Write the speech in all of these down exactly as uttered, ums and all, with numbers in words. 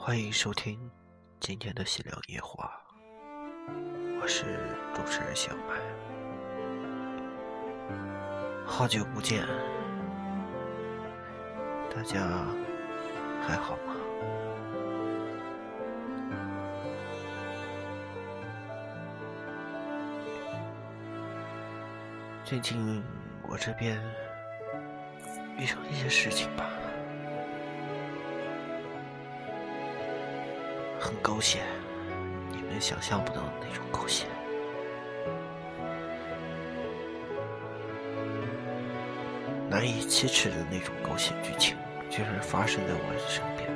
欢迎收听今天的喜凉夜话，我是主持人小麦。好久不见，大家还好吗？最近我这边遇上一些事情吧，很狗血，你们想象不到的那种狗血。难以启齿的那种狗血剧情，居然发生在我身边。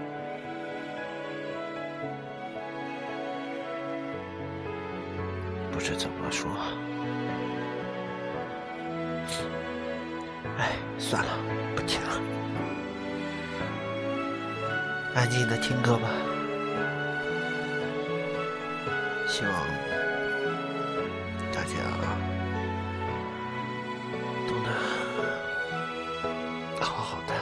不知怎么说，哎，算了，不提了，安静的听歌吧。希望大家都能好好的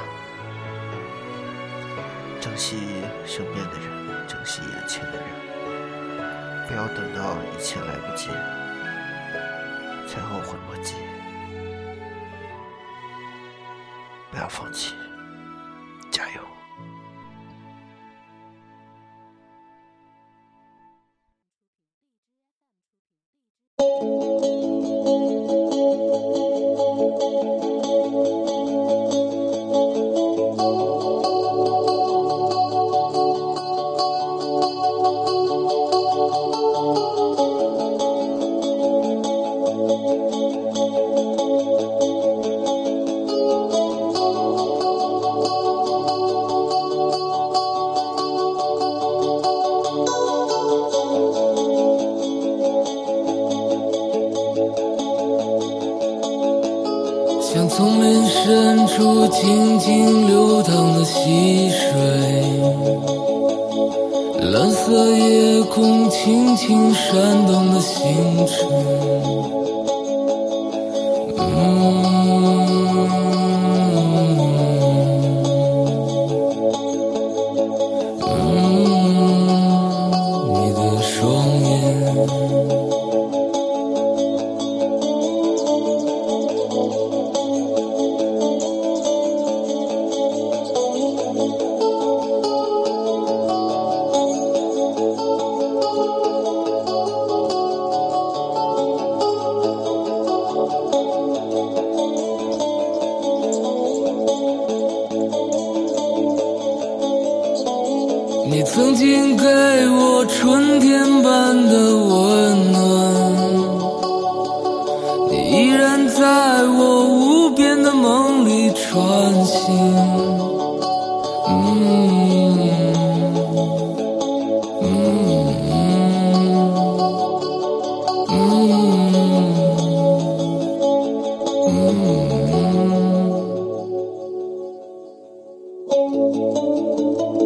珍惜身边的人，珍惜眼前的人，不要等到一切来不及才后悔莫及，不要放弃，加油。 像丛林深处静静流淌的溪水，蓝色夜空轻轻闪动的星辰。嗯嗯，你的双眼你曾经给我春天般的温暖，你依然在我无边的梦里穿行。嗯嗯嗯嗯嗯